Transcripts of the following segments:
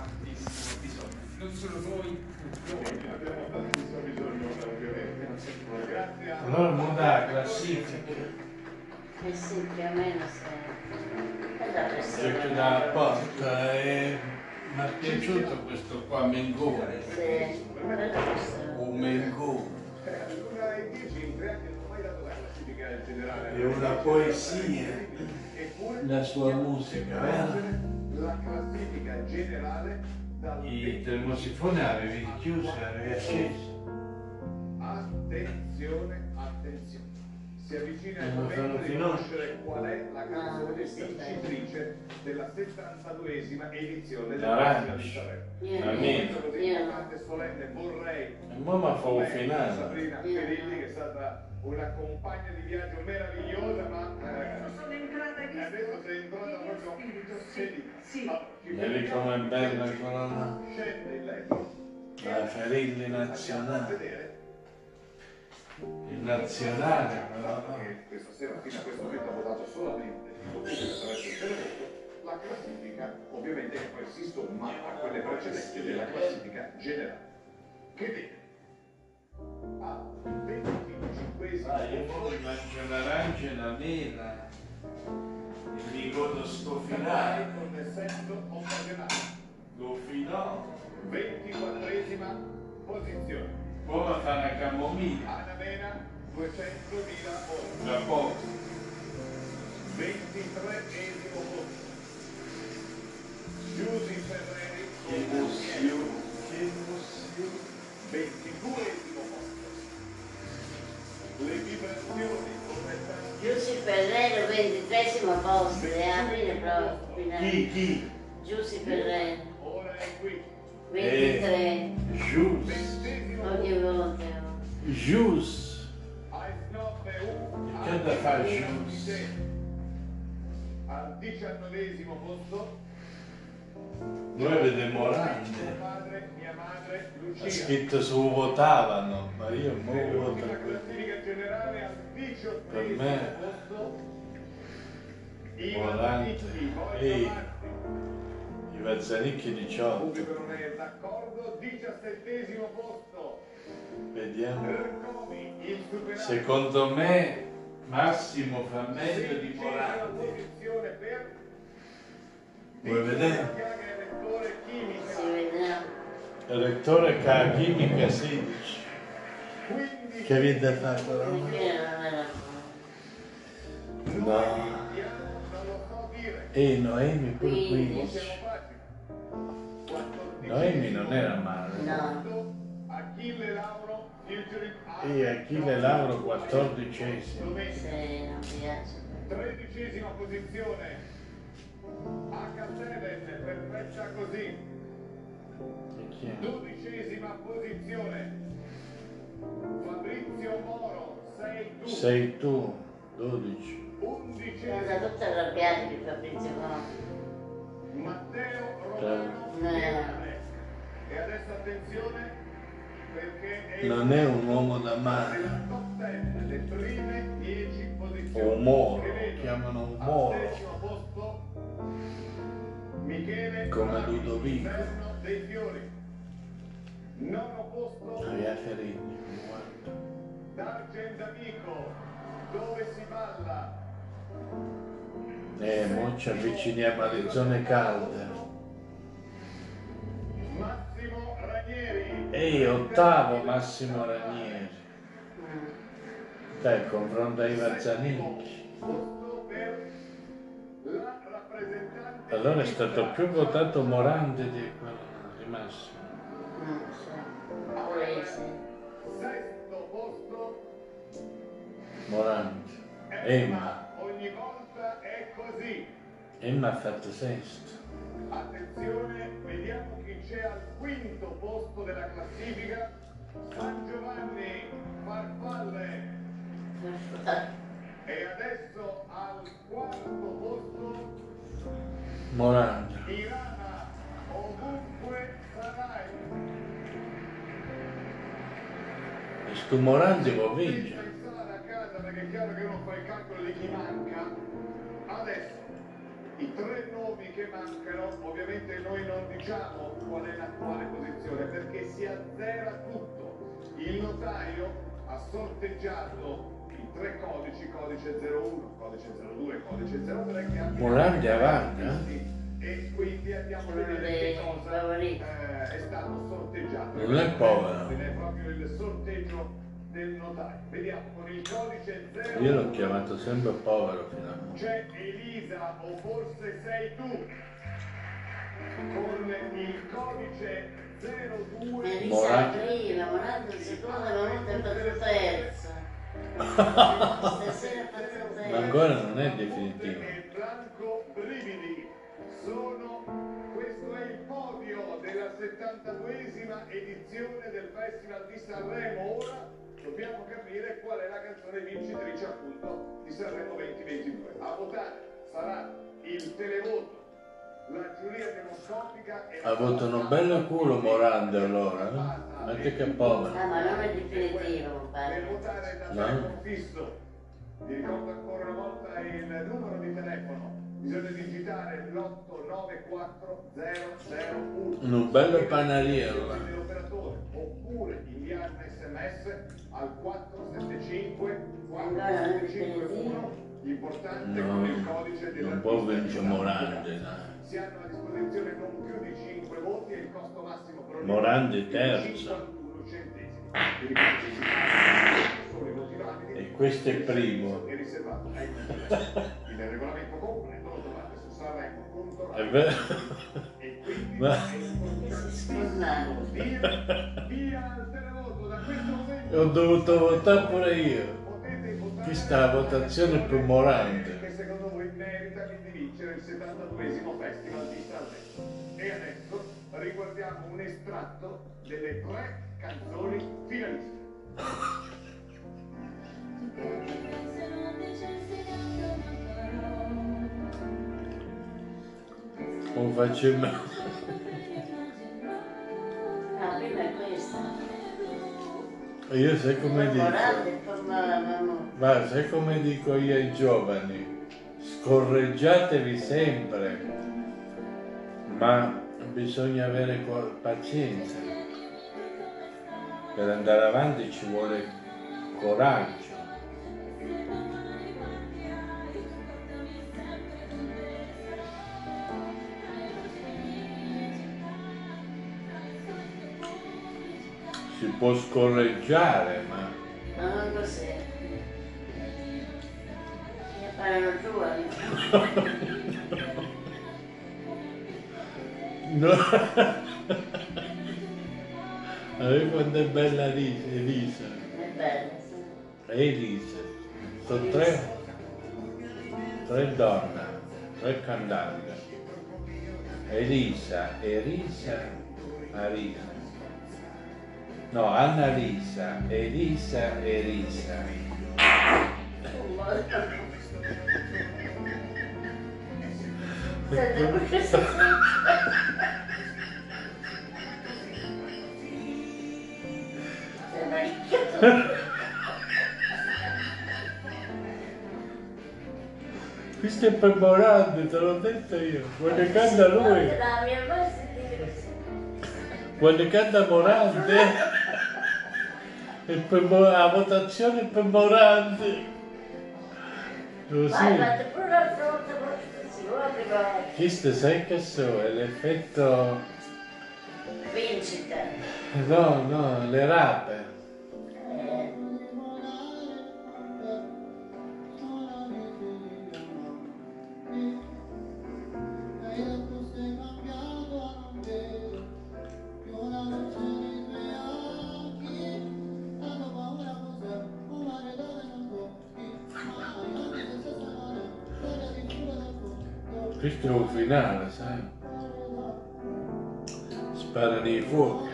tantissimo bisogno, non solo noi, tutti. Abbiamo tantissimo bisogno, ovviamente. Grazie a... Allora monta la classifica. Eh sì, più o meno se... Gioco dalla porta e mi è piaciuto questo qua, Mengone. Sì, Un Mengone. All'1:10 in 3 anni non ho mai dato la classifica generale. È una poesia, la sua musica, vero? La classifica generale dal I termosifoni avevi chiusi, avevi accesi. Attenzione, attenzione. Si avvicina il Non momento sono di finito. conoscere qual è la canzone vincitrice della 72esima edizione del L'Arancio. Festival di Sanremo. La mia. Così importante e solenne vorrei E mo mi fa un finale. Sabrina Ferilli, che è stata una compagna di viaggio meravigliosa, ma Sono entrata in adesso sei entrata proprio sì. Vedi com'è bella quella Scende il letto. la Ferilli Andiamo a nazionale. vedere Il nazionale, però. che questa sera fino a questo momento ha votato solamente attraverso il televoto. La classifica ovviamente è quel ma a quelle precedenti della classifica generale. Che vede a 25esimo Io poi mangio un'arancia e una mela e mi godo sto finale. con senso occasionale. Lo finò. 24esima posizione. Poi mi fa una camomilla. Anna Mena 200.000 voti. Da poco. 23esimo posto. Giusy Ferreri Che emozione. Che emozione. 22esimo posto. Le vibrazioni correttamente. Giussi Ferrero, 23esimo posto, e alla fine proprio. Chi? Giussi Ferrero, Ora è qui. 23, Gius. 20esimo poche posto. volte. Gius. Ai Snob e U. Che da fare, Gius? Al 19esimo posto. Noi vediamo Mio Morante. padre, mia madre, Ha Lucia. scritto su votavano, ma io mo voto Nell'ultima qui. classifica generale al Per 18esimo me. posto. Ivan Volante. Nicchi, voglio Ehi. amarti. I Vazzanicchi Il 18. pubblico non è d'accordo. 17esimo posto. Vediamo. Ercomi, il superato. Secondo me Massimo fa meglio di 16esima Morante. posizione per Vuoi vedere? Piaga e Rettore Chimica. Si vediamo. Il rettore che ha chimica 16. 15 Che vita fa quella? Perché non era No. non lo so dire. E Noemi pure 15. 15. Siamo pagina. 14esimo Noemi non era male. No. Achille Lauro, featuring E Achille Lauro 14esimo. Sì, non piace. 13esima posizione. H7, perfetta così. E chi è? 12esima posizione. Fabrizio Moro, 6 tu. Sei tu, 12. Sono 11esima. tutte arrabbiate di Fabrizio Moro. Matteo Romano Viale. E adesso attenzione perché è Non è un uomo da mare. nella top 10, le prime 10 posizioni. Un moro, Che vedo lo chiamano un al moro. 10° posto Michele Come Draghi, Ludovico. Inverno dei Fiori. 9° posto Aveva Ferini, guarda. D'Argent Amico, dove si balla. Mo ci avviciniamo alle zone calde. Massimo Ranieri. Ehi, ottavo Massimo Ranieri. Mm. Dai, confronta i Vazzanicchi. Posto per la rappresentante. Allora è stato più votato Morante di quello di Massimo. Sì. Pure sì. 6° posto Morante. Emma. Ogni volta è così. Emma ha fatto sesto. Attenzione, vediamo chi c'è al 5° posto della classifica. San Giovanni Farfalle. E adesso al 4° posto Morante. Tirana, ovunque sarai. E sto Morante può vincere. Pensare a casa perché è chiaro che uno fa il calcolo di chi manca. Adesso i 3 nomi che mancano ovviamente ovviamente noi non diciamo qual è l'attuale posizione perché si azzera tutto. Il notaio ha sorteggiato i tre codici, codice 01, codice 02, codice 03 che hanno Morandi avanti, e quindi andiamo a vedere che cosa è stato sorteggiato. Non è povero. È proprio il sorteggio del notaio. Vediamo con il codice 0. Io l'ho chiamato sempre povero fino a... C'è Elisa o forse sei tu con il codice 02. Elisa Morandi. prima, Morandi il secondo, ma molto è fatto terzo. Stasera è fatto terzo. Ma ancora non è definitivo. E Blanco Brividi questo è il podio della 72esima edizione del Festival di Sanremo. Ora dobbiamo capire qual è la canzone vincitrice appunto di Sanremo 2022. A votare sarà il televoto, la giuria demoscopica e Ha avuto un bello culo Morandi allora, eh? Anche che povero. Ah, ma non è definitivo, Per compadre. votare da No. telefono fisso, vi ricordo ancora una volta il numero di telefono. Bisogna digitare l'894-001. Un bello panariello. Dell'operatore oppure inviare un sms al 475 4551. L'importante No, con il codice della non può vincere Morandi, no. Si hanno a disposizione non più di 5 voti e il costo massimo per ogni Morandi voto è terzo. 51 centesimi. Vi ricordo che si tratta solo i voti validi. E questo è il primo. È riservato ai consulenti. Il regolamento completo lo trovate su Sanremo.rai. È vero? E quindi Ma- è importantissimo. Via al televoto da questo momento. Ho dovuto votare pure io. Potete votare Questa è la votazione più morante. che secondo voi merita di vincere il 72esimo Festival di Sanremo. E adesso riguardiamo un estratto delle 3 canzoni finaliste. Non faccio in me. Ah, prima è questa. Io sai come Poi dico? Morandi e poi mamma. Ma sai come dico io ai giovani? Scorreggiatevi sempre, ma bisogna avere pazienza. Per andare avanti ci vuole coraggio. Si può scorreggiare, ma Ma non così. Mi parano giovani. no. Avevo quando è bella Elisa. È bello, sì. Elisa. Sono tre donne, 3 cantanti. Elisa, Elisa, Arisa. No, Annalisa, Elisa, Elisa. Senti, perché si Questo è per Morandi, te l'ho detto io. Quando canta lui, La mia voce si dice così. quando canta Morandi, è per la votazione è per Morandi. Così. Vai, fate pure l'altra volta così, proprio Questo sai che so, è l'effetto... vincita. No, le rape. Questo è un finale, sai? Sparano i fuochi.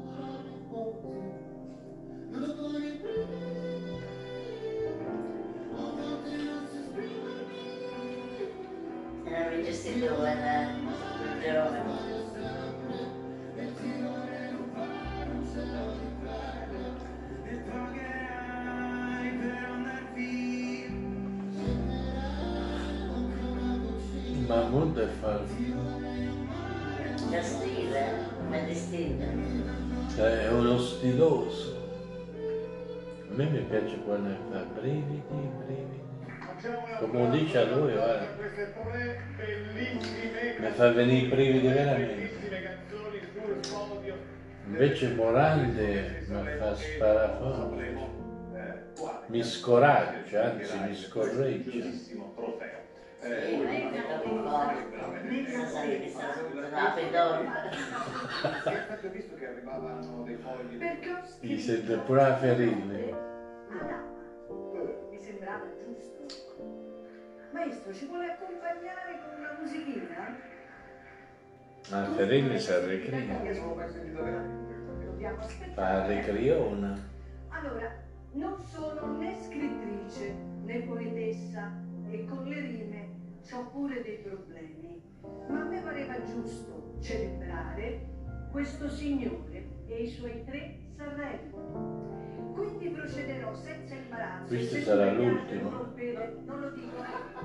Erano questi due, giovani. Mahmood è falso. da stile, è distinto. È uno stiloso. A me mi piace quando fa brividi, brividi. Come dice a lui, guarda. Mi fa venire i brividi veramente. Invece Morante mi fa sparare fuori. Mi scoraggia, anzi mi scorreggia. Sì, ma io credo che poi sono pedona. Visto che arrivavano dei fogli. Perché ho Mi scritto sente pure a ferirli. mi sembrava giusto. Maestro, ci vuole accompagnare con una musichina? A ferirli si arrecria. Dobbiamo Fa aspettare. arrecriona. Allora, non sono né scrittrice né poetessa e con le rime ho pure dei problemi, ma a me pareva giusto celebrare questo signore e i suoi 3 Sanremo. Quindi procederò senza imbarazzo. Questo Se sarà tu mi l'ultimo. colpite, non lo dico.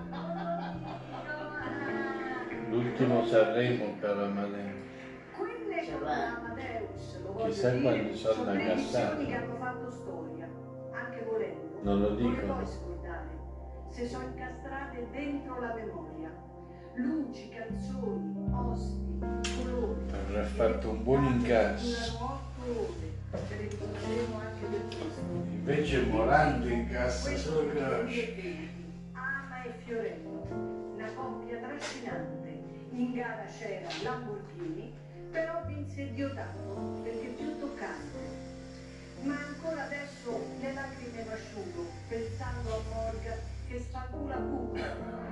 L'ultimo Sanremo per Amadeo. Quelle con Amadeus, lo voglio Chissà dire, quanti soldi sono ha 3 gastato. missioni che hanno fatto storia, anche volendo. Non lo Non le dicono. puoi scordare, se sono incastrate dentro la memoria. Luci, canzoni, osti, colori. Avrà fatto un buon incasso. Durano 8 ore, ce le ricorderemo anche per questo. Invece Morante incassa solo grosso. Ama e Fiorello, una coppia trascinante. In gara c'era Lamborghini, però vinse Diodato perché più toccante. Ma ancora adesso le lacrime m'asciugo pensando a Morgan che spangula pure.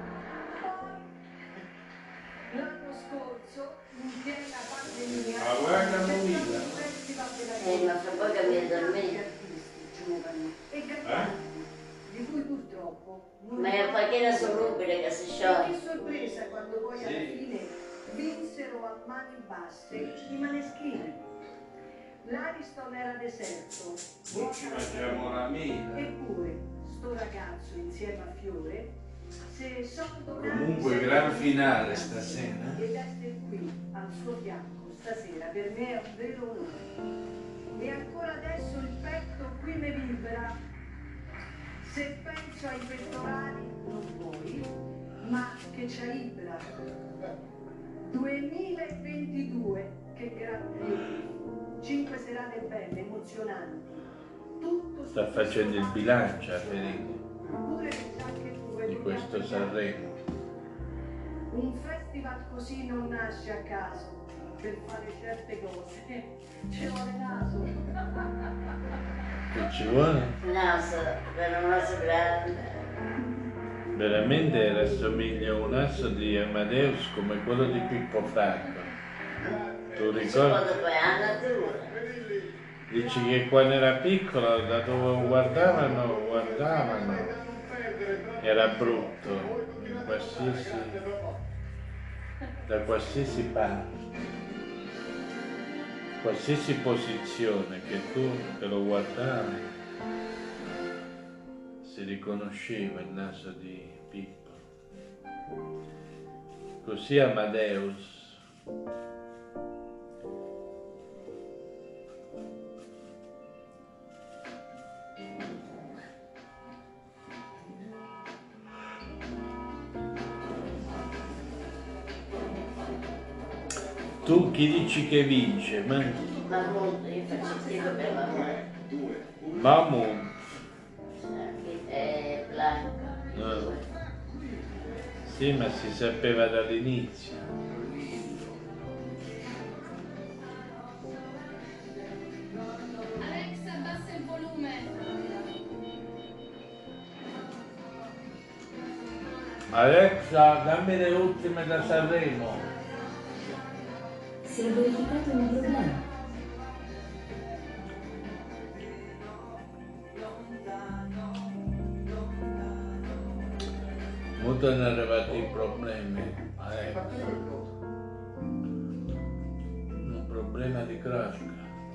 Poi l'anno scorso, in piena pandemia, Ma guarda c'è Movida. stato un festival della Ma fra poco mi gli addormento. artisti giovani e cantanti, di cui purtroppo non Ma è un pochino solubile che si che scioglie. sorpresa quando poi alla fine vinsero a mani basse i Maneschini. L'Ariston era deserto, Non ci mangiamo una mela. eppure sto ragazzo insieme a Fiore se sono donati Comunque gran finale stasera. ed essere qui al suo fianco stasera per me è un vero onore. E ancora adesso il petto qui mi vibra. Se penso ai pettorali non vuoi, ma che c'è Ibra. 2022, che gran trionfo. 5 serate belle, emozionanti. Tutto Sta su facendo il questo bilancio a palco. Federico Pure le giacche tue di questo Sanremo. un festival così non nasce a caso. Per fare certe cose ci vuole naso. Che ci vuole? Naso, per un naso grande. Veramente rassomiglia a un asso di Amadeus come quello di Pippo Franco. Tu ricordi? Secondo poi a natura. Dici che quando era piccolo da dove guardavano, era brutto, da qualsiasi parte, qualsiasi posizione che tu te lo guardavi, si riconosceva il naso di Pippo. Così Amadeus. Tu chi dici che vince? Mahmood, io faccio il tifo per Mahmood. Mahmood. È Blanca. No. Sì, ma si sapeva dall'inizio. Alexa, abbassa il volume. Alexa, dammi le ultime da Sanremo. Si è verificato un problema. Molto sono arrivati i problemi. Un problema di cronaca.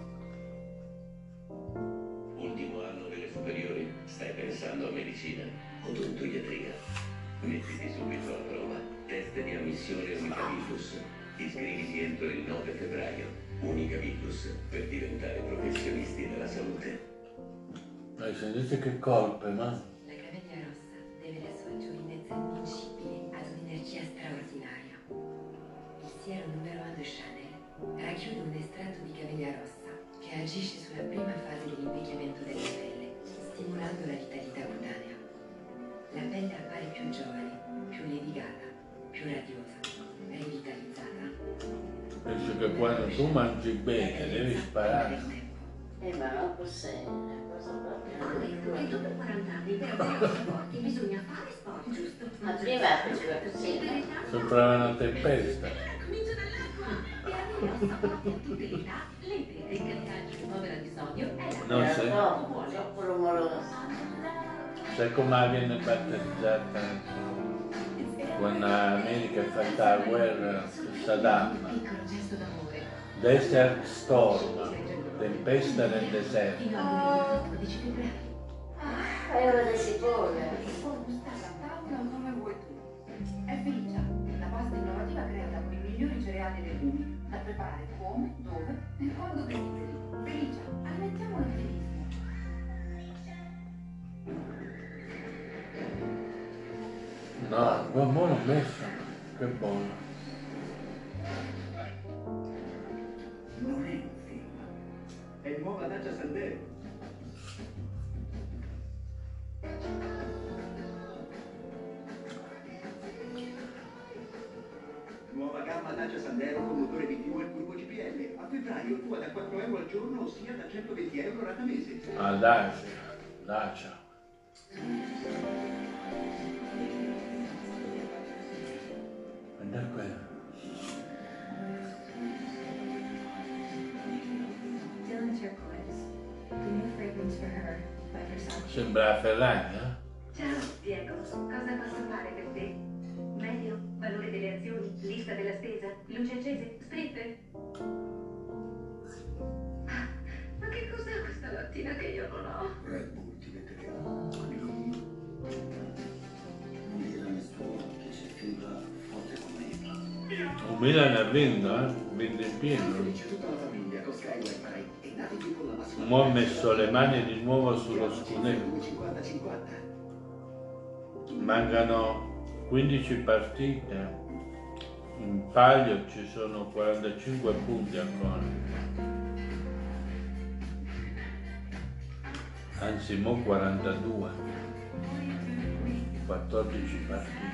Ultimo anno delle superiori, stai pensando a medicina, odontoiatria. Mettiti subito alla prova. Test di ammissione Unicamillus. Iscriviti entro il 9 febbraio. Unicavillus per diventare professionisti della salute. Hai sentito che colpe, ma? La Cavegna Rossa deve la sua giovinezza invincibile ad un'energia straordinaria. Il siero numero 1 de Chanel racchiude un estratto di Cavegna Rossa che agisce sulla prima fase dell'invecchiamento della pelle, stimolando la vitalità cutanea. La pelle appare più giovane, più levigata, più radiosa, rivitalizzata. Penso che quando tu mangi bene devi sparare. Ma non cos'è una cosa proprio. E dopo 40 anni per avere sport bisogna fare sport, giusto? Ma prima faceva così. Sembrava una tempesta. Comincia dall'acqua! E arriva a sapore a tutte le età, le vede che il calcio povera di sodio è la Non sei, troppo rumoroso. sai come viene battezzata quando l'America fa la guerra su Saddam? piccolo gesto d'amore. Desert Storm, tempesta nel deserto. Fino al 14 febbraio. È ora di cipolle. Può gustare la tavola come vuoi tu. È Felicia, la pasta innovativa creata con i migliori cereali e legumi, da preparare come, dove e quando desideri. Felicia, aumentiamo l'ottimismo. No, buono messo, che buono. Non è un film, è nuova Dacia Sandero. Nuova gamma Dacia Sandero con motore V2 e turbo GPL. A febbraio tua da 4 euro al giorno, ossia da 120 euro rata mese. Ah, Dacia. Guarda quella. Dylan Turquoise, the new fragrance for her by Versace. Sembra la Ferragni, eh? Ciao, Diego, cosa posso fare per te? Medio, valore delle azioni, lista della spesa, luce accese, strette? Ma che cos'è questa lattina che io non ho? Red Bull ti metteremo. Non dire a nessuno che c'è fibra forte come Un Milan ha vinto, vinto in pieno. tutta la famiglia con Sky Wi-Fi e navighi con la massima. Mo' ha messo le mani di nuovo sullo scudetto. 50-50. Mancano 15 partite. In palio ci sono 45 punti ancora. Anzi, mo 42. 14 partite.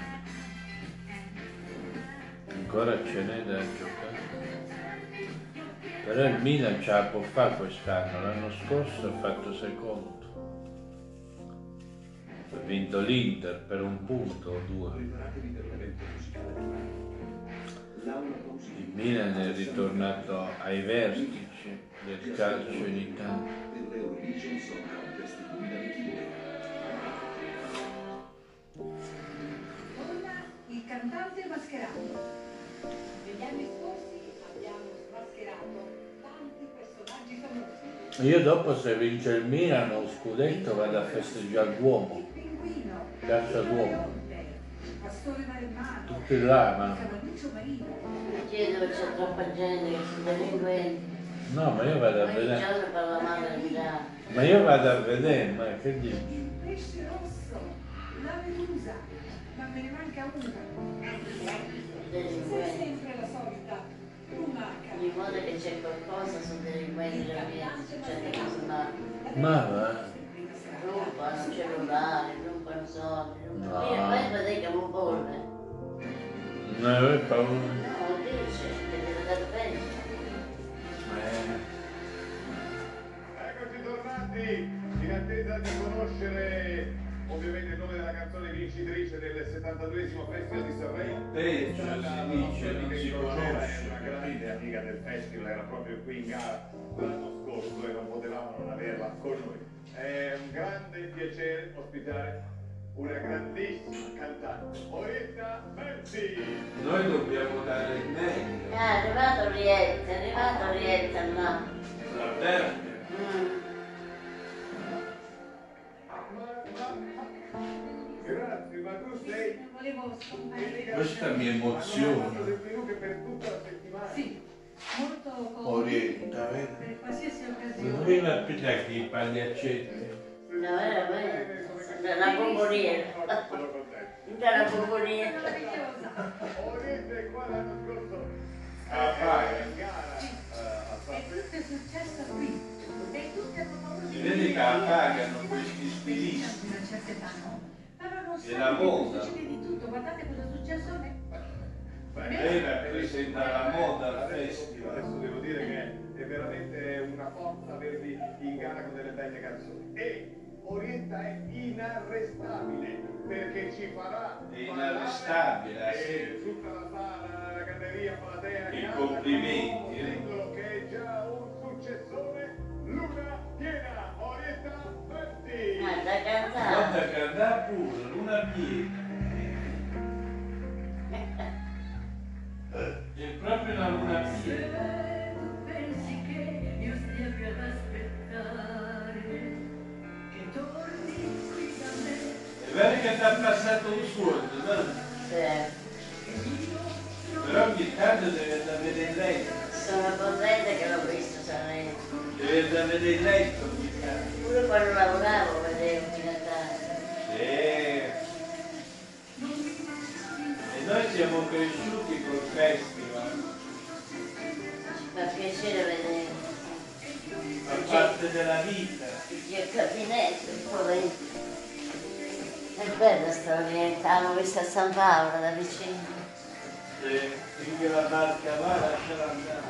Ancora ce n'è da giocare. Però il Milan ce la può fare quest'anno. L'anno scorso ha fatto secondo. Ha vinto l'Inter per un punto o due. Il Milan è ritornato ai vertici del calcio in Italia. Ora il cantante mascherato. Negli anni scorsi abbiamo smascherato tanti personaggi famosi. Io dopo, se vince il Milan o scudetto, vado a festeggiare il Duomo. Il pinguino, Piazza Duomo. il pastore maremmano, Tutti là, ma... il cavalluccio marino. Perché dove c'è troppa gente che sono delinquenti. No, ma io vado a Ogni vedere. giorno parla male del Milano. Ma io vado a vedere, ma che dici? Il pesce rosso, la medusa, ma me ne manca una. Sei Delinquenti. sempre la solita lumaca. Ogni volta che c'è qualcosa sono delinquenti veramente, succede cose male. Ma va. Rubano cellulari, rubano soldi, rubano... No. Mira, poi vedete che non bolle. Non avevo paura. No, dice che deve dare peggio. Eccoci tornati, in attesa di conoscere ovviamente il nome della canzone vincitrice del 72esimo Festival di Sanremo. Peggio, È stata si dice, una non si crociera, conosce. è una grande amica del festival, era proprio qui in gara l'anno scorso e non potevamo non averla con noi. È un grande piacere ospitare una grandissima cantante, Orietta Berti. Noi dobbiamo dare il meglio. È arrivato Orietta là. La perde. Grazie, ma tu sei... Volevo scomparire. Questa mi emoziona. Che per tutta la settimana Sì, molto comodo. Orienta, vedi? Per qualsiasi Non occasione. dovevi appigliare i pagliaccetti. No, veramente. Sembra una bomboniera. Sembra una bomboniera. Meravigliosa. Oriente qua l'anno scorso Ah, vai. in gara E tutto è successo qui. E tutti hanno paura Si di vede che la pagano questi Sì, stilisti. una certa età no. Però non E la sanno moda. che succede di tutto. Guardate cosa è successo a me. Lei rappresenta la moda al adesso festival. devo dire che è veramente una forza averli in gara con delle belle canzoni. E Orienta è inarrestabile perché ci farà È inarrestabile, ballare, sì. tutta la sala, la galleria Platea I canta complimenti, un titolo che è già un successore, Luna piena, Orienta Berti. Da cantare. Guarda che andà pure, luna piena. È proprio una luna piena. Pensi che io stia qui ad aspettare che torni qui da me. È vero che ti ha passato un suono, no? Sì. Però ogni tanto deve andare a vedere il letto. Sono contenta che l'ho visto, Sanremo. Deve andare a vedere il letto ogni tanto. Pure quando lavoravo vedevo fino a tardi. Sì. E noi siamo cresciuti col festival, Ci fa piacere vedere. fa parte della vita. C'è il cabinetto, poi è bella sta Orienta, l'ho vista a San Paolo da vicino. Finché la barca va, lasciala andare.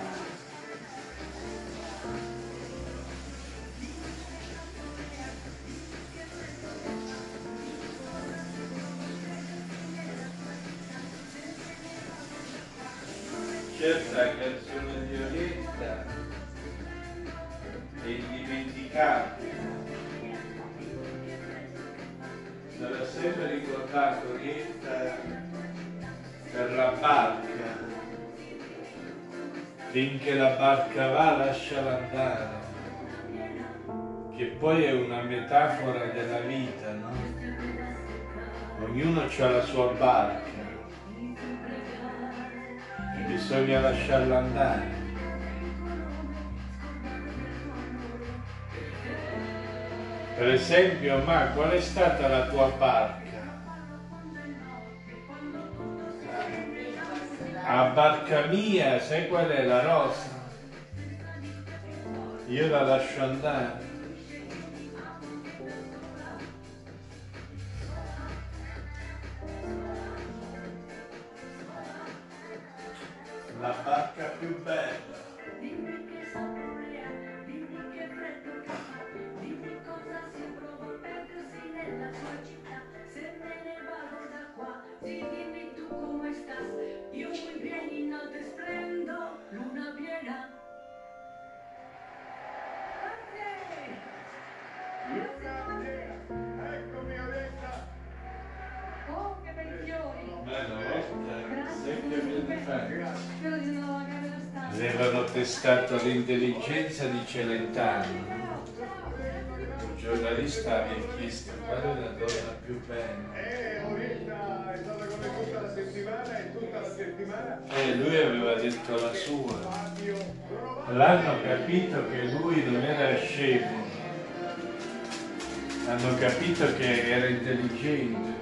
Certa canzone di Orienta è indimenticabile. Sarà sempre ricordato Orienta per la barca. Finché la barca va, lasciala andare. Che poi è una metafora della vita, no? Ognuno ha la sua barca. Bisogna lasciarla andare. Per esempio, ma qual è stata la tua barca? A barca mia, sai qual è la rosa? Io la lascio andare. La barca più bella. Dimmi che sapore ha, dimmi che freddo che fa, dimmi cosa si prova a perdersi nella tua città. Se me ne vado da qua, sì dimmi tu come stas. Io mi vieni in alto e splendo, luna piena. Luna piena, eccomi Orienta. Oh, che bei fiori! Bella, Grazie, sempre bene fatto. spero di non lavare la stanza. Avevano testato l'intelligenza di Celentano. Un giornalista aveva chiesto qual è la donna più bella. Orienta è stata con me tutta la settimana e tutta la settimana E lui aveva detto la sua. Fabio L'hanno capito che lui non era scemo. Hanno capito che era intelligente.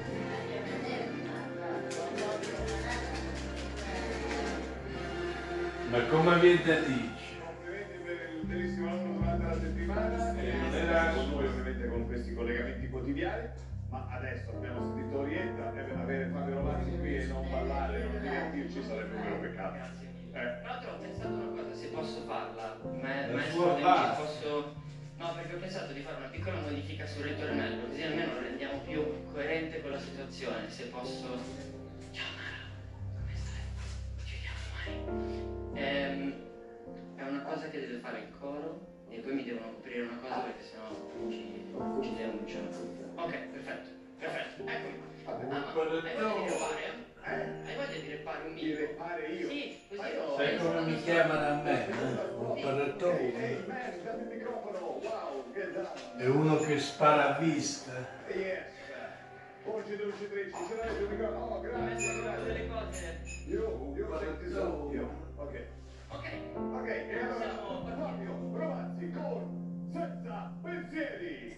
Ma come avete dice? complimenti per il bellissimo lavoro durante la settimana e non era con noi ovviamente con questi collegamenti quotidiani, ma adesso abbiamo sentito Orienta e avere Fabio Rovazzi qui e non ballare, non divertirci sarebbe un vero peccato. Grazie mille. Tra l'altro ho pensato una cosa, se posso farla, La maestro sua Denci, base. posso... No, perché ho pensato di fare una piccola modifica sul ritornello, così almeno lo rendiamo più coerente con la situazione, se posso... Ciao Mara, come stai? Ci vediamo domani. È una cosa che deve fare il coro e poi mi devono coprire una cosa perché sennò ci denunciano. Ok, perfetto, perfetto, eccomi. Hai voglia di repare? Hai voglia di repare un Di micro? repare io. Sì, così lo... Sai come mi chiamano a me? Operatore. Ehi, man, dammi il microfono, wow, che da... È uno che spara a vista. Yes. Oggi 12:13, ce l'hai sul microfono, oh, grazie, Ho messo grazie. delle cose... Io, senti so, io. Ok. Ok. Ok, e allora Siamo partiti. Fabio Rovazzi con Senza Pensieri.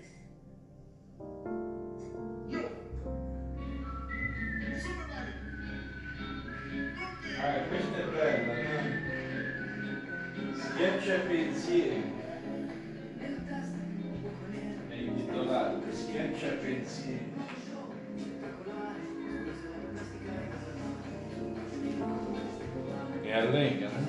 Io. Sulle mani. Questa è bella, no? Schiaccia pensieri. È intitolato Schiaccia pensieri. E allega, no?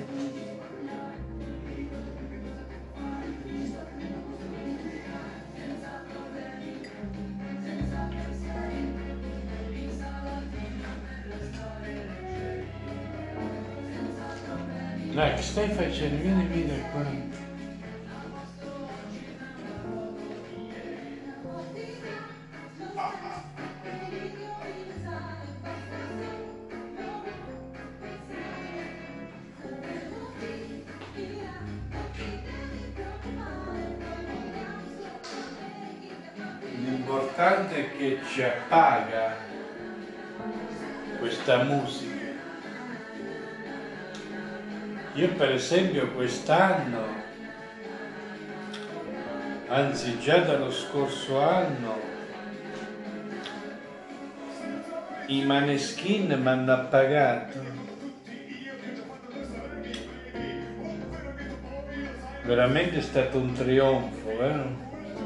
Dai, che stai facendo? Vieni qua. L'importante è che ci appaga questa musica. Io per esempio quest'anno, anzi già dallo scorso anno, i Maneskin mi hanno appagato. Veramente è stato un trionfo, vero?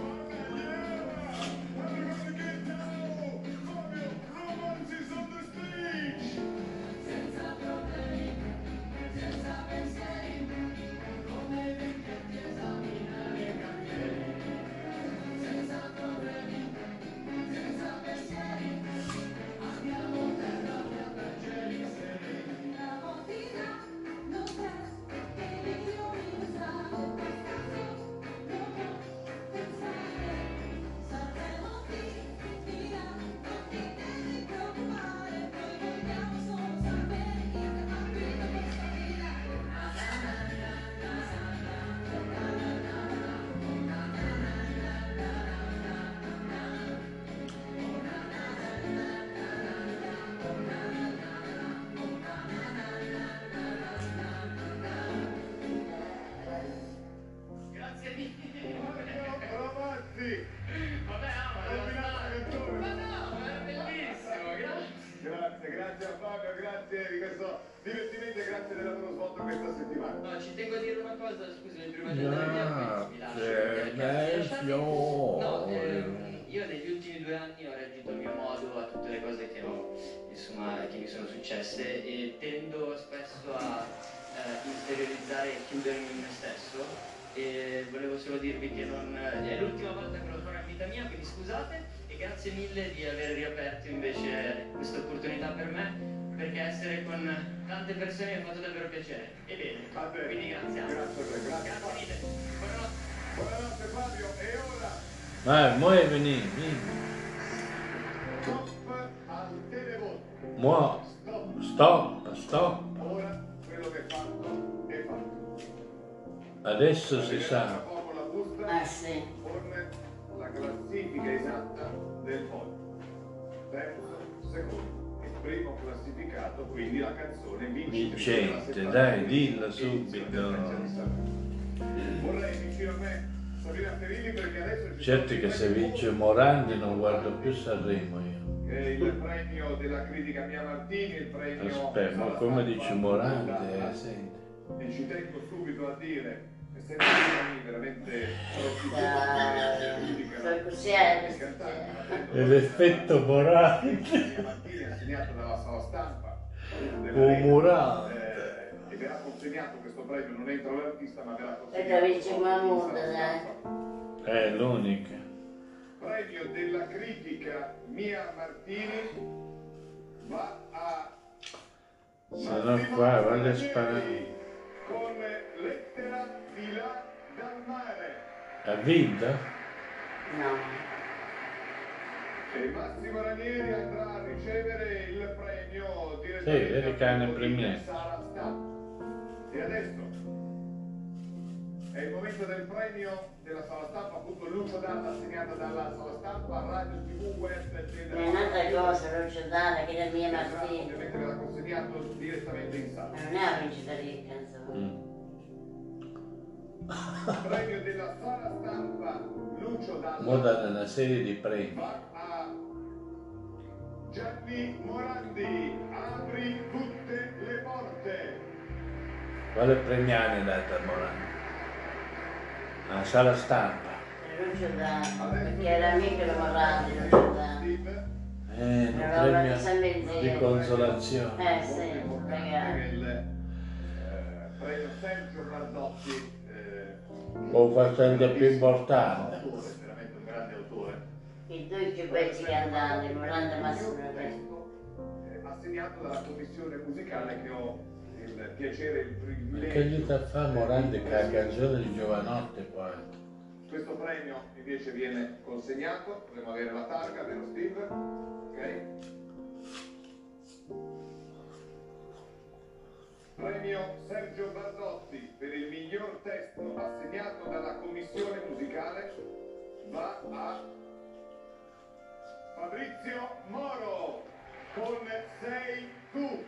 Grazie a Fabio, grazie di questo divertimento e grazie del lavoro svolto questa settimana. No, ci tengo a dire una cosa, scusami, prima di andare via, poi mi lascio. Io negli ultimi 2 anni ho reagito a mio modo a tutte le cose che mi sono successe e tendo spesso a interiorizzare e chiudermi in me stesso. E volevo solo dirvi che è l'ultima volta che lo farò in vita mia, quindi scusate e grazie mille di aver riaperto invece questa opportunità per me, perché essere con tante persone mi ha fatto davvero piacere. E bene, quindi grazie. Grazie mille. Buonanotte. Buonanotte Fabio, e ora? Vai, muovi, vieni. Stop al televoto. Muovi. Stop. Ora quello che è fatto è fatto. Adesso si sa. Ah sì. Con la classifica esatta del podio. Terzo, secondo e primo classificato, quindi la canzone Vincente, dai, dillo subito. Vorrei vicino a me Sabrina Ferilli perché adesso Certo che se vince Morandi non guardo più Sanremo io. Che è il premio della critica Mia Martini, il premio... Aspetta, ma come dice Morandi, senti. E ci tengo subito a dire, essendo veramente così è. E l'effetto Morandi. Mia Martini assegnato dalla sala stampa. Morandi. E verrà consegnato questo premio, non entra l'artista, ma verrà consegnato. E da Vinci Mahmood, dai. È l'unica. Premio della critica Mia Martini va a... Sono qua, voglio sparare. Con Lettera di là dal mare. Ha vinto? No. E Massimo Ranieri andrà a ricevere il premio Sì, vedi che hanno premiato. Sala Stampa. E adesso È il momento del premio della sala stampa, appunto Lucio Dalla, assegnata dalla sala stampa, radio, tv, web, È un'altra cosa, Lucio Dalla, che era Mia Martini. Ovviamente verrà consegnato direttamente in sala. Ma non è una vincita ricca, insomma. Premio della sala stampa, Lucio Dalla. Mo danno una serie di premi. Va a Gianni Morandi, apri tutte le porte. Quale premiale è data a Morandi? La sala stampa. Lucio Dalla, perché era amico di Morandi, Lucio Dalla. Un premio di consolazione. Sì, ragazzi. Il premio Sergio Bardotti. Lo fa sempre più importante. Veramente un grande autore. I due più belli cantanti, Morandi e Massimo. Assegnato dalla commissione musicale che ho il piacere e il Ma che privilegio. aiuta a fare Morandi che la canzone di Giovanotti poi? Questo premio invece viene consegnato, dovremmo avere la targa, vero Steve? Ok? Premio Sergio Bardotti per il miglior testo assegnato dalla commissione musicale va a Fabrizio Moro con Sei tu.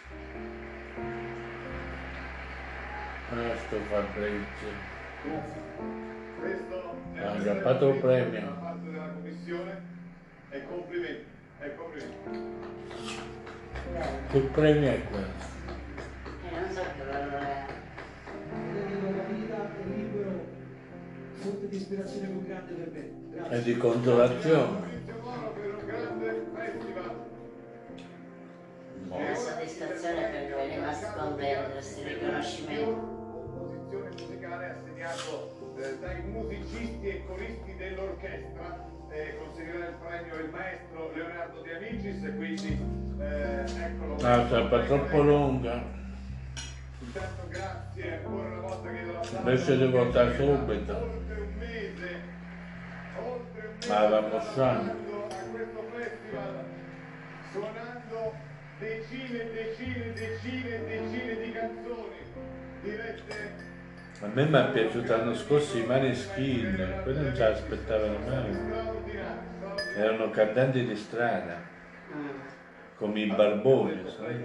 Sto Fabrizio. Questo è Ha aggrappato il premio. da parte della commissione e complimenti. Che premio è questo? Non so che valore è. La vita è libero, fonte di ispirazione più grande per me. Grazie. È di consolazione. Fabrizio Moro per un grande festival. È una soddisfazione per cui è rimasto sconvolto questo riconoscimento. Composizione musicale assegnato dai musicisti e coristi dell'orchestra. Consegnerà il premio il maestro Leonardo De Amicis e quindi eccolo. Ah, sempre troppo lunga. Intanto grazie ancora una volta che do la parola. Invece di votare subito. Oltre un mese Ma la mostrando. a questo festival, suonando decine di canzoni dirette. A me mi è piaciuto l'anno scorso i Maneskin, quelli non ce l'aspettavano mai. Erano cantanti di strada, come i Barboni, sai?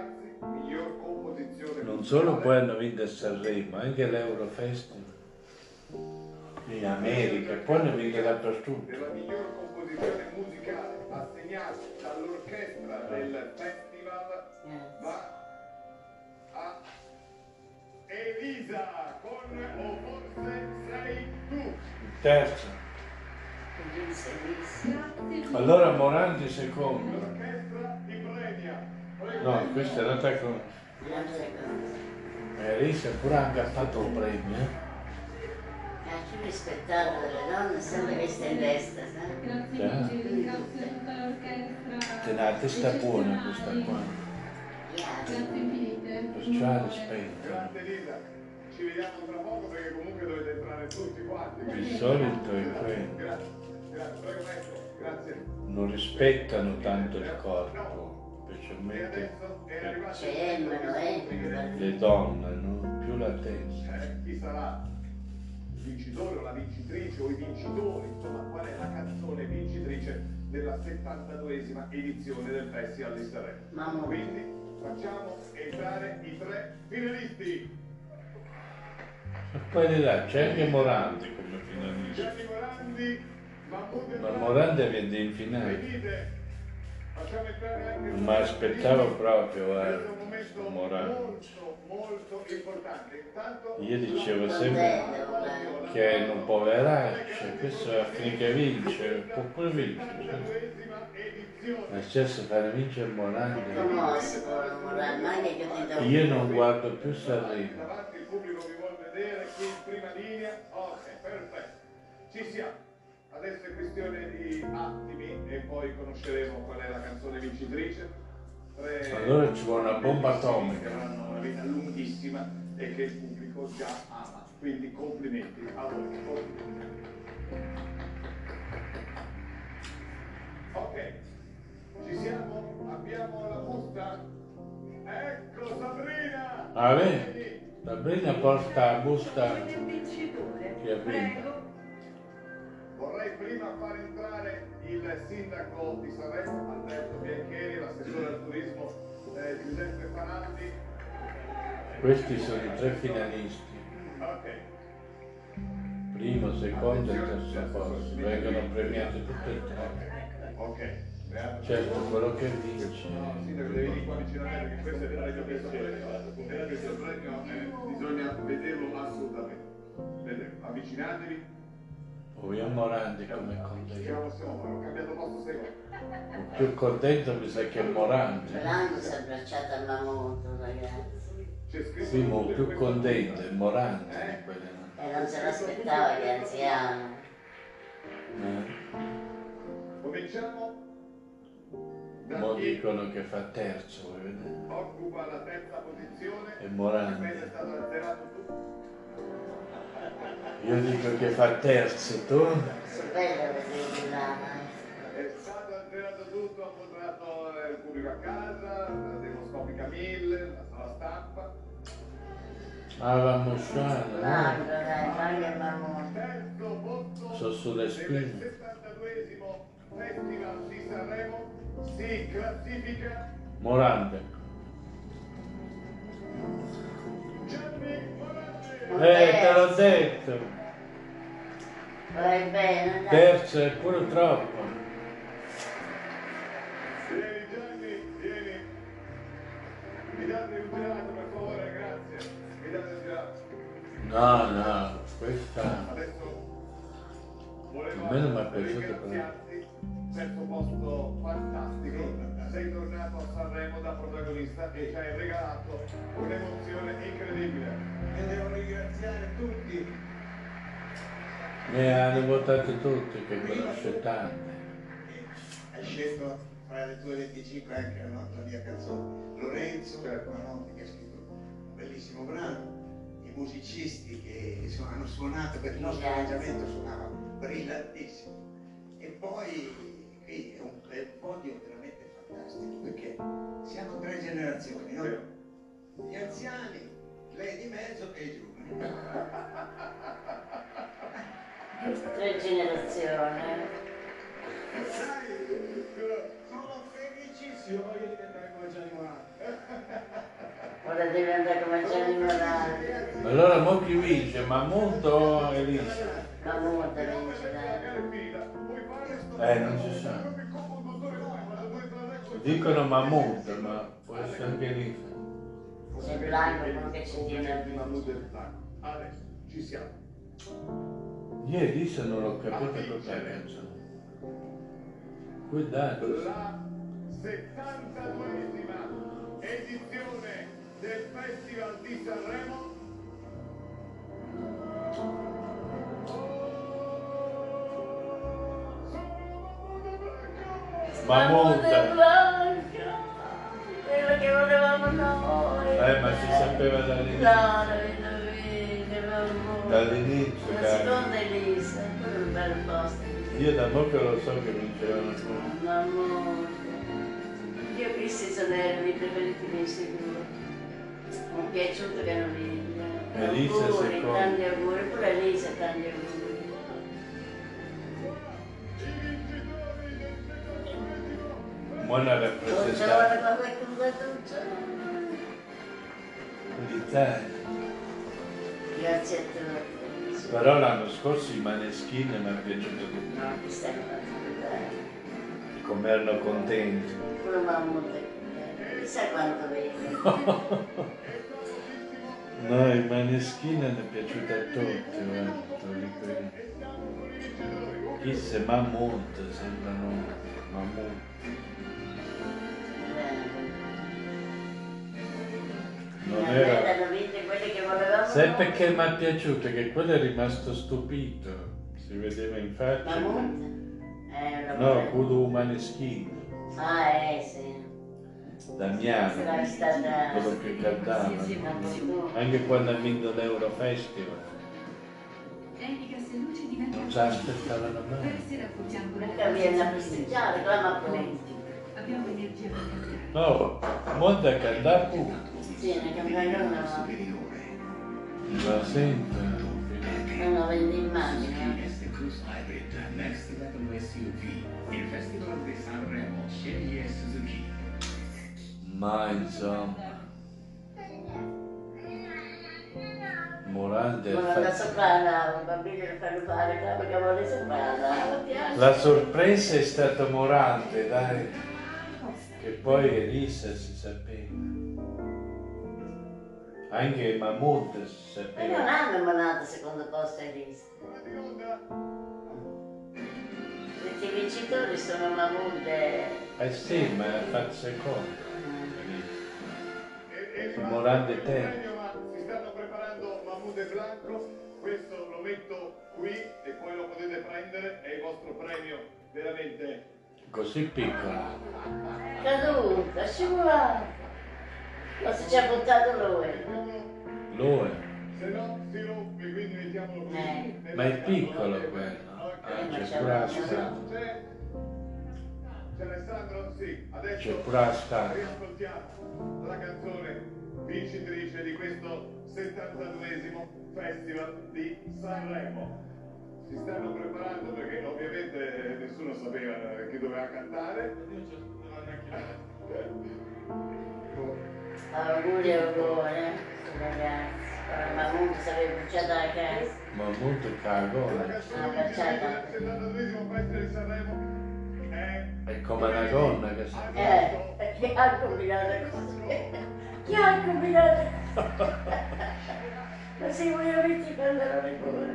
Non solo poi hanno vinto a Sanremo, anche l'Eurofestival in America, e poi hanno vinto dappertutto. Della miglior composizione musicale assegnata dall'orchestra del festival va a Elisa con O forse sei tu. Il terzo. Allora Morandi secondo. L'orchestra ti premia. No, questa è un'altra cosa. Elisa pure ha aggrappato il premio. Ha più rispettato delle donne, sempre che sta in testa, sai? Grazie amici, ringrazio tutta l'orchestra. Te la testa buona questa qua. Grazie infinite. Perciò rispetto. Grazie Elisa. Ci vediamo tra poco perché comunque dovete entrare tutti quanti. Di solito è quello. Grazie, prego maestro, grazie. Non rispettano tanto il corpo, specialmente le donne, no? Più la testa. Chi sarà il vincitore o la vincitrice o i vincitori, insomma qual è la canzone vincitrice della 72esima edizione del Festival di Sanremo. Quindi facciamo entrare i tre finalisti. E poi di là c'è anche Morandi come finalista. Gianni Morandi, Ma Morandi viene in finale. facciamo entrare anche Non mi aspettavo proprio, questo è un momento Morandi. molto importante. Intanto Io dicevo sempre che è un poveraccio, questo va a finire che vince, può pure vincere. Ma stesso fare vincere Morandi. Io non guardo più Sanremo. davanti il pubblico vi vuol vedere qui in prima linea. Ok, perfetto. Ci siamo. Adesso è questione di attimi e poi conosceremo qual è la canzone vincitrice. Allora ci vuole una bomba atomica. Che avranno una vita lunghissima e che il pubblico già ama. Quindi complimenti a voi. Ok, ci siamo? Abbiamo la busta? Ecco Sabrina! Ah, vedi? Sabrina porta a busta Il vincitore. chi ha vinto. Prego. Vorrei prima far entrare il sindaco di Sanremo, Alberto Biancheri, l'assessore al turismo Giuseppe Fanaldi. Questi sono i 3 finalisti. Ok. Primo, secondo e terzo posto. Vengono premiati tutti e 3. Ok. Beato. Certo, quello che vince. Sindaco, devi venire qua vicino a me perché questo è il premio che sto prendendo. Questo premio bisogna vederlo assolutamente. Vedete, avvicinatevi. Poi a Morandi come contento. Siamo, ho cambiato posto secolo. Più contento mi sa che è Morandi. L'anno si è abbracciato a Mamoto, ragazzi. C'è scritto Sì, ma più contento è Morandi di quelle. E non se l'aspettava che è anziano. Cominciamo da Mo chi dicono che fa terzo, vuoi vedere? occupa la terza posizione. È Morandi. Il è stato azzerato tutto. Io dico che fa terzo, tu? Su bello vedere là. È stato azzerato tutto, ha incontrato il pubblico a casa, la demoscopica 1000, la sala stampa. Ah, va mosciando, Magro, dai, magro e Mamoto. Terzo posto sono sulle del spine. 72esimo Festival di Sanremo si classifica Morandi. Gianni Morandi. Te l'ho detto. Vai bene, dai. Terzo è pure troppo. Vieni Gianni, vieni. Mi date un gelato per favore, grazie. Mi date un gelato. No, questa... Adesso volevo A me non mi è piaciuto ringraziarti. Terzo posto fantastico. Sei tornato a Sanremo da protagonista e ci hai regalato un'emozione incredibile. E devo ringraziare tutti. Ne hanno votate tutti, che conosce tante. Hai scelto fra le tue 25 anche la mia canzone. Lorenzo Manotti che ha scritto un bellissimo brano, i musicisti che hanno suonato per il nostro arrangiamento suonavano brillantissimo. E poi qui è un podio veramente fantastico perché siamo 3 generazioni, no? Gli anziani, lei di mezzo e i giovani. 3 generazioni. Sai, sono felicissimo, voglio diventare come Gianni Morandi. Ora devi andare come Gianni Morandi. Allora mo chi vince? Mammut o Elisa? Mamoto vince, dai. Non si sa. Dicono Mammut, ma può essere anche Elisa. Il blanco quello che ci tiene al Mahmood del Blanco. Adesso ci siamo. Io Elisa non l'ho capito cosa penso. Guardate. La 72esima edizione del Festival di Sanremo. Mammut. Quello che volevamo noi. Ma si sapeva dall'inizio. No, Mammut. Dall'inizio, La cara. seconda Elisa, quello è un bel posto. Io da mo' che lo so che vincevano tutti. Mammut. Io questi sono i preferiti miei sicuro. Mi è piaciuto che non vinca. Elisa Auguri, seconda. tanti auguri, pure Elisa tanti auguri. Buona rappresentante Buongiorno, come è andato? d'Italia. Grazie a tutti. Però l'anno scorso i Maneskin mi è piaciuto di più. No, ti stai facendo bene. Come erano contenti. Pure Mammut è contento. Chissà quanto vede. No, i Maneskin mi è piaciuto a tutti, guarda, te lo dico io. Chissà, Mammut, sembrano Mammut. Non era... Hanno vinto quelli che volevamo. Sai perché mi è piaciuto? Che quello è rimasto stupito. Si vedeva in faccia. Mammut? No, quello Maneskin. Ah, sì. Damiano, Sarà stata... quello che cantava. Anche quando ha vinto l'Eurofestival. Non ci aspettavano mai. Mica viene a festeggiare, clama pronti. Abbiamo energia per cambiare. No, molto a cantare pure. Sì, ne cambiare una. La sento. No, vedi immagini. GS Cruise Hybrid Next Level SUV. Il Festival di Sanremo sceglie Suzuki. Ma insomma. Morante Ma da sopra la nave, i bambini lo fanno fare, perché vuole sopra la nave. La sorpresa è stata Morante, dai. Che poi Elisa si sapeva. Anche Mahmood si E non sapeva. hanno mandato secondo posto ai rischi. Questi vincitori sono Mahmood e... Eh sì, ma ha fatto secondo. Morante terzo. Si stanno preparando Mahmood e Blanco, questo lo metto qui e poi lo potete prendere, è il vostro premio veramente. Così piccolo. Caduta, scivolato. Ma se ci ha buttato lui. Lo è. Se no si rompe, quindi mettiamolo qui. Ma è piccolo quello. Ah, c'è pure la scala. C'è Alessandro? Sì, adesso C'è pure la scala. riascoltiamo la canzone vincitrice di questo 72esimo Festival di Sanremo. Si stanno preparando perché ovviamente nessuno sapeva chi doveva cantare. Auguri, ragazzi. Mahmood si aveva bruciato la casa. Mahmood cagone. La canzone vincitrice del 72esimo Festival di Sanremo È come una gonna che si... Chi ha combinato così? Chi ha combinato così? Ma se voi avete i pantaloni pure.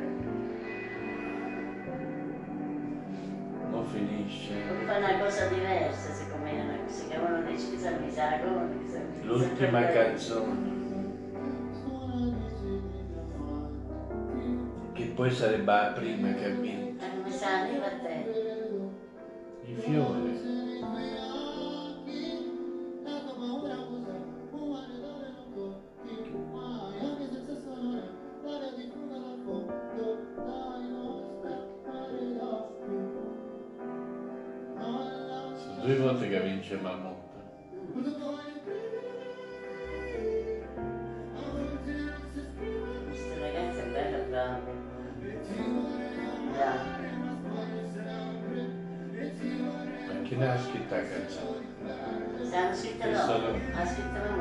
Non finisce. Fa una cosa diversa, siccome si chiamano decisa misagone. L'ultima canzone. Che poi sarebbe la prima che ha vinto. Non mi sa né a te. I fiori. Sono 2 volte che vince Mahmood. Questo ragazzo è bello proprio. Ma chi ne ha scritto la canzone? Se hanno scritto no, ha scritto la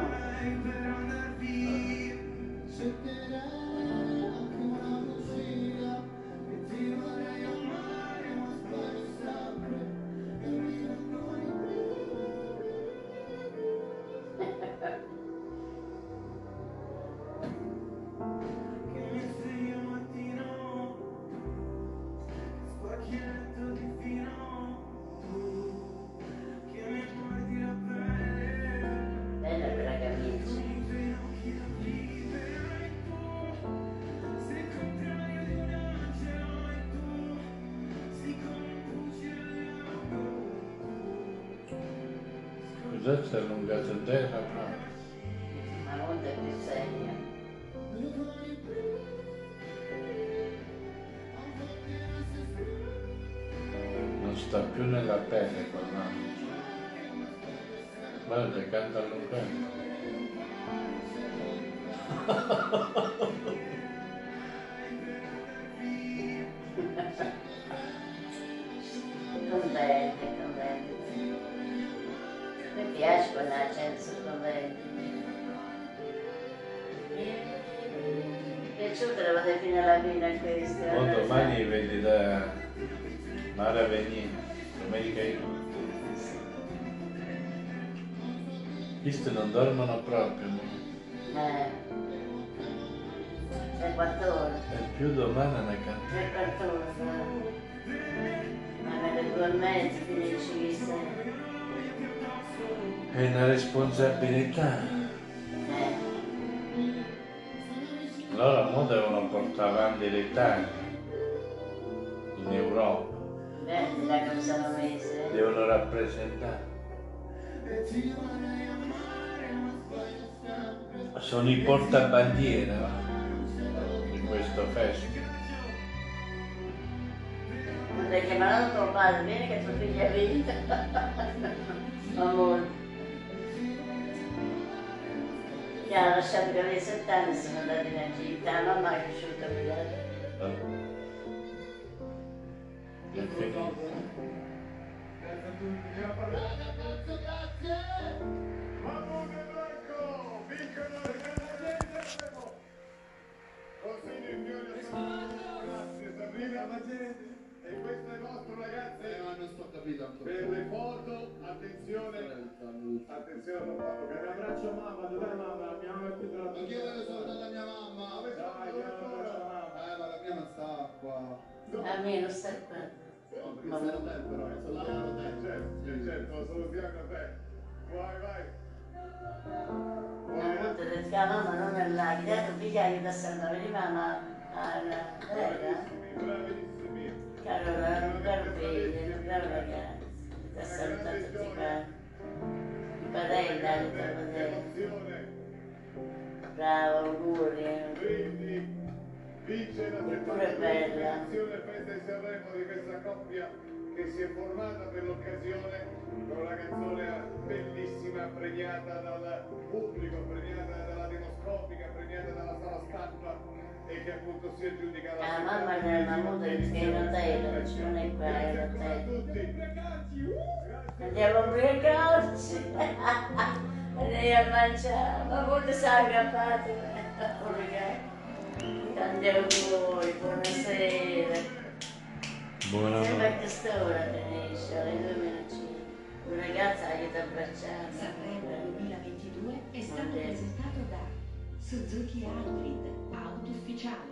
bella quella camicia. Scusate se è allungato a terra proprio. Ma molto più seria. Non sta più nella pelle quell'anno. Guarda, canta allungando. Contenti, contenti. Mi piace quando la gente sono contenti. Mi è piaciuto eravate fino alla fine a questo. O domani vedi da Mara Venire, domenica io. Questi non dormono proprio, no? 3-4 ore. E più domani ne canta. 3-4 ore. Ma alle 2:30 finisci chissà. È una responsabilità. Loro mo devono portare avanti l'Italia in Europa. Vedi là come sono messe. Devono rappresentare. Sono i portabandiera di questo festival. Non hai chiamato tuo padre, vieni che tuo figlio ha vinto. Amore. Che ha lasciato che aveva 7 anni e sono andati in Egitto, la mamma è cresciuta brigata. È finito. E questo è il vostro ragazzi, ma non sto capito ancora. per le foto, attenzione, attenzione, non fatto che un abbraccio a mamma, dov'è mamma? Mia mamma è qui tra Ma io voglio salutare la mia mamma. Dove sta? Ma la mia non sta qua. A me non sta qua. Ma sei da te però, salutiamo te. Certo, lo salutiamo a te. Vai. Una volta detto che la mamma non è là, che dato figliaio da salvare di mamma alla terra. Bravissimi. Caro figlio, bravo ragazzo, ti ha salutato tutti quanti. I padella, le tue padelle. Bravo, auguri. Vince la Pure bella. Festa di Sanremo di questa coppia che si è formata per l'occasione con una canzone bellissima, premiata dal pubblico, premiata dalla demoscopica, premiata dalla sala stampa e che appunto si aggiudica la Mamma del Mahmood che è in hotel, non è qua, è in hotel. Andiamo a ubriacarci. Andiamo a mangiare, ma molto si è aggrappato. Tanti auguri, buonasera. Buonanotte. Sembra che quest'ora finisce, alle 2:05. Un ragazzo aiuta a abbracciare. Sanremo 2022 è stato presentato da Suzuki Hybrid, auto ufficiale.